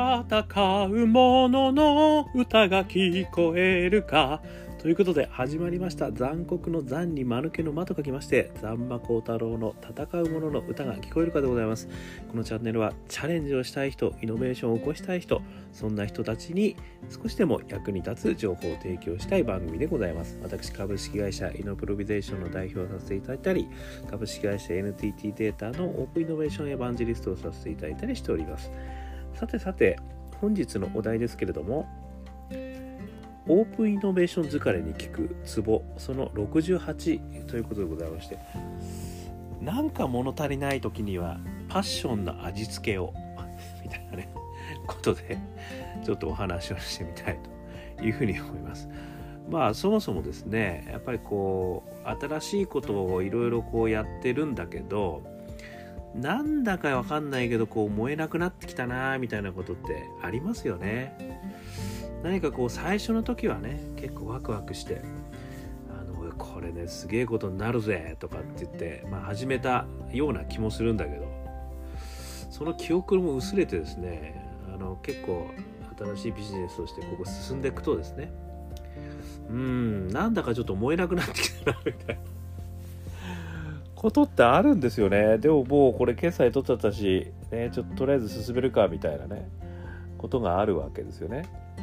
戦う者の歌が聞こえるか。ということで始まりました。残酷の残に間抜けの間と書きまして、残馬高太郎の戦う者の歌が聞こえるかでございます。このチャンネルはチャレンジをしたい人、イノベーションを起こしたい人、そんな人たちに少しでも役に立つ情報を提供したい番組でございます。私、株式会社イノプロビゼーションの代表をさせていただいたり、株式会社 NTT データのオープンイノベーションエヴァンジェリストをさせていただいたりしております。さて、本日のお題ですけれども、オープンイノベーション疲れに効くツボその68ということでございまして、なんか物足りない時にはパッションの味付けをみたいなねことでちょっとお話をしてみたいというふうに思います。そもそもですね、やっぱり新しいことをいろいろやってるんだけど、なんだかわかんないけど燃えなくなってきたなみたいなことってありますよね。何か最初の時はね、結構ワクワクしてこれねすげえことになるぜとかって言って、始めたような気もするんだけど、その記憶も薄れてですね、結構新しいビジネスとして進んでいくとですね、なんだかちょっと燃えなくなってきたなみたいなことってあるんですよね。でももうこれ決済取っちゃったし、ね、ちょっととりあえず進めるかみたいなねことがあるわけですよね。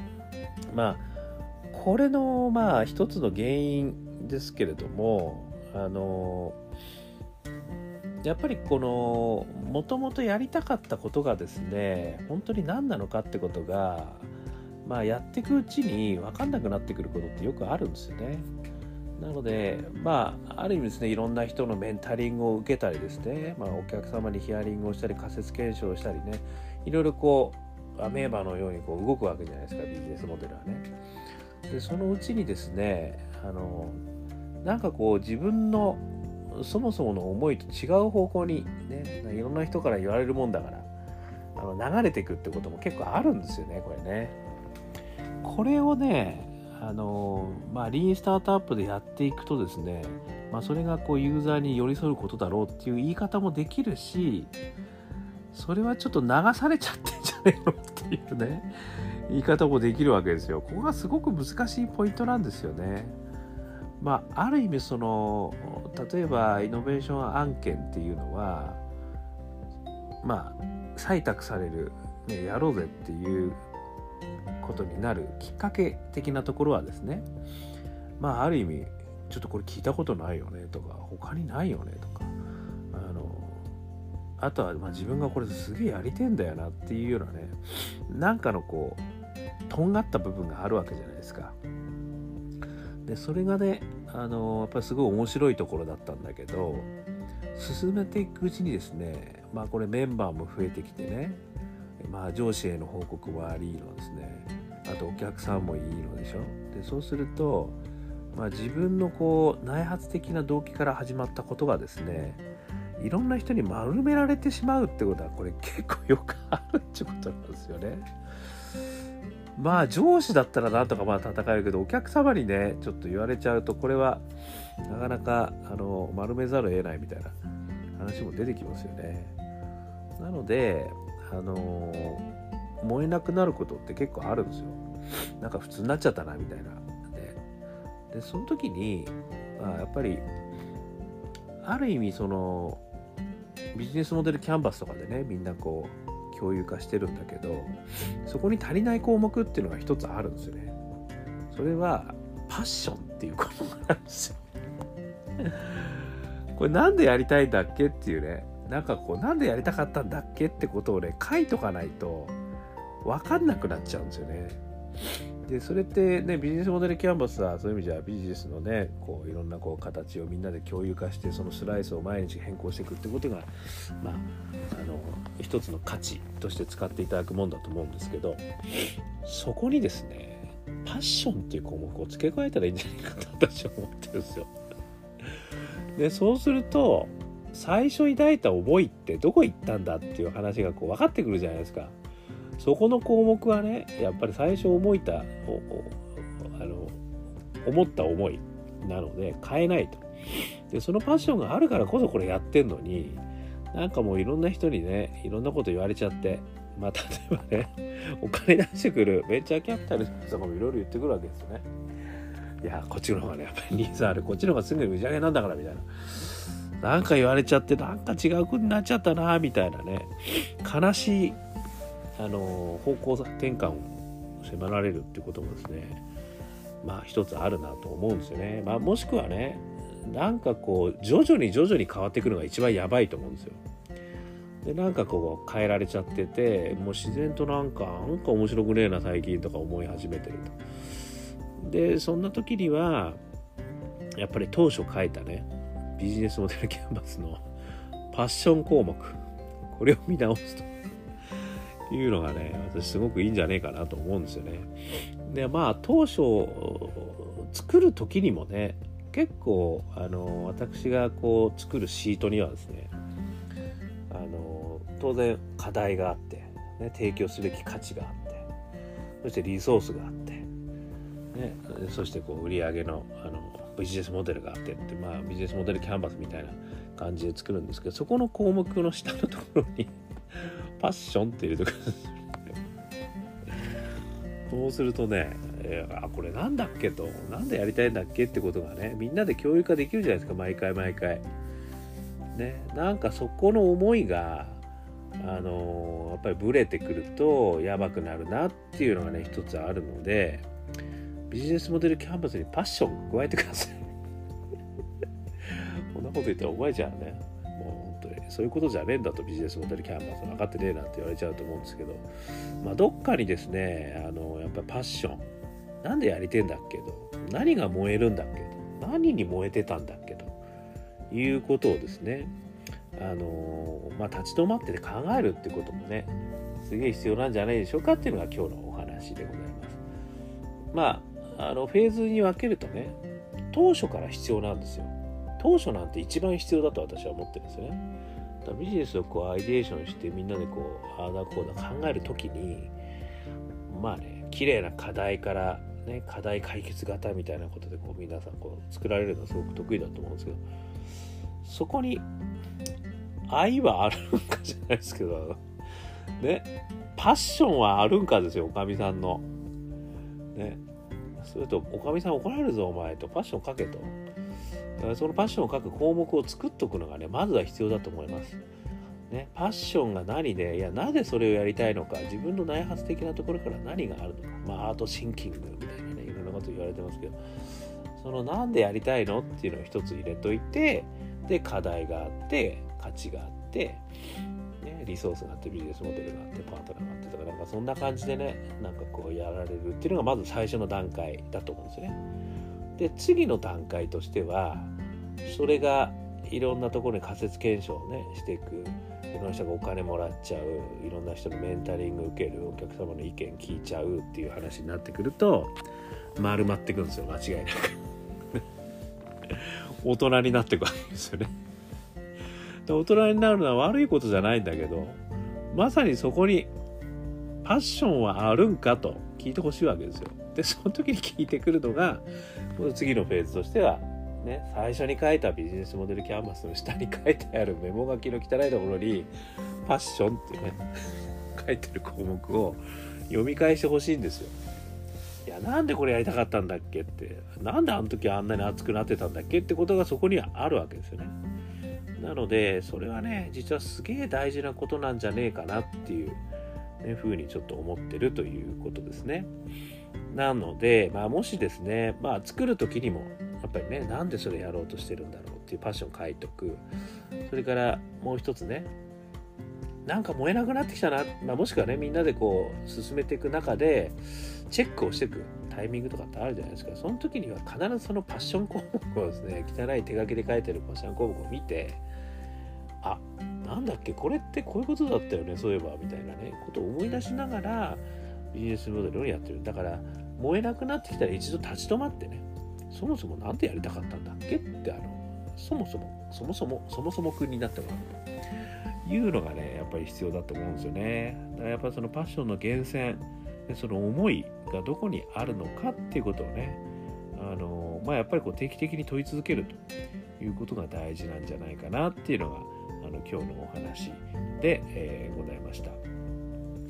これの一つの原因ですけれども、やっぱりもともとやりたかったことがですね、本当に何なのかってことがやっていくうちに分かんなくなってくることってよくあるんですよね。なのである意味ですね、いろんな人のメンタリングを受けたりですね、お客様にヒアリングをしたり仮説検証をしたりね、いろいろアメーバのように動くわけじゃないですか、ビジネスモデルはね。でそのうちにですね、なんか自分のそもそもの思いと違う方向にね、いろんな人から言われるもんだから流れていくってことも結構あるんですよね、これね。これをね、リーンスタートアップでやっていくとですね、それがユーザーに寄り添うことだろうっていう言い方もできるし、それはちょっと流されちゃってんじゃねえのっていうね言い方もできるわけですよ。ここがすごく難しいポイントなんですよね。ある意味例えばイノベーション案件っていうのは採択される、やろうぜっていうことになるきっかけ的なところはですね、ある意味ちょっとこれ聞いたことないよねとか、他にないよねとか、あとは自分がこれすげえやりてんだよなっていうようなね、なんかのとんがった部分があるわけじゃないですか。でそれがね、やっぱりすごい面白いところだったんだけど、進めていくうちにですね、これメンバーも増えてきてね、上司への報告もありのですね、あとお客さんもいいのでしょ。でそうすると、自分の内発的な動機から始まったことがですね、いろんな人に丸められてしまうってことは、これ結構よくあるってことなんですよね。上司だったらなんとか戦えるけど、お客様にねちょっと言われちゃうと、これはなかなか丸めざるを得ないみたいな話も出てきますよね。なので燃えなくなることって結構あるんですよ。なんか普通になっちゃったなみたいな、でその時にやっぱりある意味ビジネスモデルキャンバスとかでね、みんな共有化してるんだけど、そこに足りない項目っていうのが一つあるんですよね。それはパッションっていう項目なんですよ。これなんでやりたいんだっけっていうね、なんでやりたかったんだっけってことをね書いとかないと分かんなくなっちゃうんですよね。でそれってね、ビジネスモデルキャンバスはそういう意味じゃビジネスのねいろんな形をみんなで共有化して、そのスライスを毎日変更していくってことが一つの価値として使っていただくもんだと思うんですけど、そこにですねパッションっていう項目を付け加えたらいいんじゃないかと私は思ってるんですよ。でそうすると最初抱いた思いってどこ行ったんだっていう話が分かってくるじゃないですか。そこの項目はね、やっぱり最初思った思いなので変えないと。でそのパッションがあるからこそこれやってんのに、なんかもういろんな人にねいろんなこと言われちゃって、 例えばね、お金出してくるベンチャーキャピタルとかもいろいろ言ってくるわけですよね。いやこっちの方がねやっぱりニーズある、こっちの方がすぐに打ち上げなんだからみたいな、なんか言われちゃってなんか違う国になっちゃったなみたいなね、悲しい方向転換を迫られるっていうこともですね、一つあるなと思うんですよね。もしくはね、なんかこう徐々に変わってくるのが一番やばいと思うんですよ。でなんかこう変えられちゃってて、もう自然となんか面白くねえな最近とか思い始めてると。でそんな時にはやっぱり当初書いたねビジネスモデルキャンバスのパッション項目、これを見直すというのがね、私すごくいいんじゃねえかなと思うんですよね。で当初作る時にもね、結構私がこう作るシートにはですね、当然課題があって、ね、提供すべき価値があって、そしてリソースがあって、ね、そしてこう売り上げのビジネスモデルがあってって、ビジネスモデルキャンバスみたいな感じで作るんですけど、そこの項目の下のところにパッションっていうところそうするとね、これなんだっけと、なんでやりたいんだっけってことがね、みんなで共有化できるじゃないですか、毎回ね。なんかそこの思いがやっぱりブレてくるとやばくなるなっていうのがね一つあるので、ビジネスモデルキャンバスにパッション加えてくださいこんなこと言ったら覚えちゃうね。もう本当にそういうことじゃねえんだと、ビジネスモデルキャンバス分かってねえなって言われちゃうと思うんですけど、どっかにですねやっぱりパッション、なんでやりてんだっけと、何が燃えるんだっけと、何に燃えてたんだっけということをですね、立ち止まって考えるってこともねすげえ必要なんじゃないでしょうかっていうのが今日のお話でございます。フェーズに分けるとね、当初から必要なんですよ。当初なんて一番必要だと私は思ってるんですよね。だからビジネスをこうアイデーションしてみんなでこうああだこうだ考えるときに綺麗な課題からね、課題解決型みたいなことでこう皆さんこう作られるのはすごく得意だと思うんですけど、そこに愛はあるんかじゃないですけどね、パッションはあるんかですよ、おかみさんのね。それとおかみさん怒られるぞお前と、パッション書けと。だからそのパッションを書く項目を作っとくのがねまずは必要だと思いますね。パッションが何で、なぜそれをやりたいのか、自分の内発的なところから何があるのか、アートシンキングみたいなね、いろんなこと言われてますけど、そのなんでやりたいのっていうのを一つ入れといて、で課題があって価値があって、ね、リソースがあってビジネスモデルがあってパートナーがあってとか、なんかそんな感じでね、なんかこうやられるっていうのがまず最初の段階だと思うんですよね。で次の段階としては、それがいろんなところに仮説検証をねしていく、いろんな人がお金もらっちゃう、いろんな人のメンタリング受ける、お客様の意見聞いちゃうっていう話になってくると丸まっていくんですよ、間違いなく大人になっていくわけですよね。大人になるのは悪いことじゃないんだけど、まさにそこにパッションはあるんかと聞いてほしいわけですよ。でその時に聞いてくるのが次のフェーズとしてはね、最初に書いたビジネスモデルキャンバスの下に書いてあるメモ書きの汚いところにパッションってね書いてる項目を読み返してほしいんですよ。いやなんでこれやりたかったんだっけって、なんであの時あんなに熱くなってたんだっけってことがそこにはあるわけですよね。なのでそれはね実はすげえ大事なことなんじゃねえかなっていう、ね、ふうにちょっと思ってるということですね。なので、もしですね、作る時にもやっぱりね、なんでそれやろうとしてるんだろうっていうパッション書いとく。それからもう一つね、なんか燃えなくなってきたな、もしくはねみんなでこう進めていく中でチェックをしていくタイミングとかってあるじゃないですか。その時には必ずそのパッション項目をですね、汚い手書きで書いてるパッション項目を見て、あ、なんだっけこれってこういうことだったよね、そういえばみたいなねことを思い出しながらビジネスモデルをやってる。だから燃えなくなってきたら一度立ち止まってね、そもそもなんでやりたかったんだっけってそもそも君になってもらうというのがねやっぱり必要だと思うんですよね。だからやっぱりそのパッションの源泉で、その思いがどこにあるのかっていうことをね、やっぱりこう定期的に問い続けるということが大事なんじゃないかなっていうのが今日のお話で、ございました。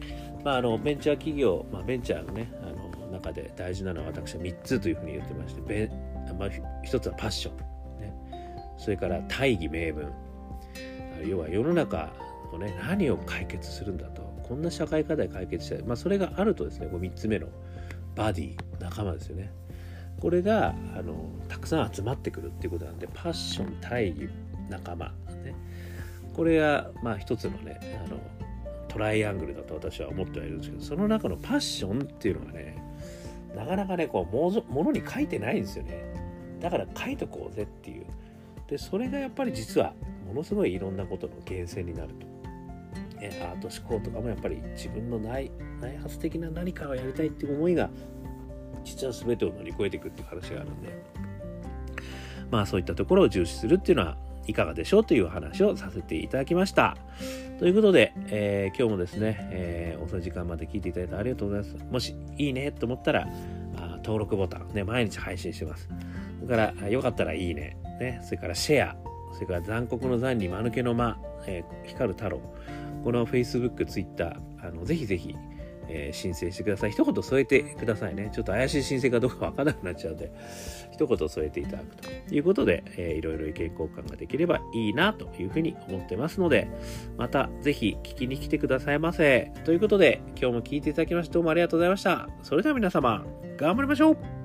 ベンチャー企業、ベンチャーのね、中で大事なのは私は3つというふうに言ってまして、1つはパッション、ね、それから大義名分、要は世の中のね、何を解決するんだと、こんな社会課題解決したい、それがあるとですね、3つ目のバディ、仲間ですよね。これがたくさん集まってくるっていうことなんで、パッション、大義、仲間、ね、これが一つのねトライアングルだと私は思ってはいるんですけど、その中のパッションっていうのがね、なかなかねものに書いてないんですよね。だから書いとこうぜっていう。でそれがやっぱり実はものすごいいろんなことの源泉になると。アート思考とかもやっぱり自分の内発的な何かをやりたいっていう思いが実は全てを乗り越えていくっていう話があるんで、そういったところを重視するっていうのはいかがでしょうという話をさせていただきました。ということで、今日もですね、遅い時間まで聞いていただいてありがとうございます。もしいいねと思ったら、登録ボタン、ね、毎日配信してます。それからよかったらいいね、それからシェア、それから残酷の残に間抜けの間、光る太郎、この Facebook、Twitter、ぜひぜひ、申請してください。一言添えてくださいね。ちょっと怪しい申請かどうかわからなくなっちゃうので、一言添えていただくということで、いろいろ意見交換ができればいいなというふうに思ってますので、またぜひ聞きに来てくださいませ。ということで、今日も聞いていただきましてどうもありがとうございました。それでは皆様、頑張りましょう。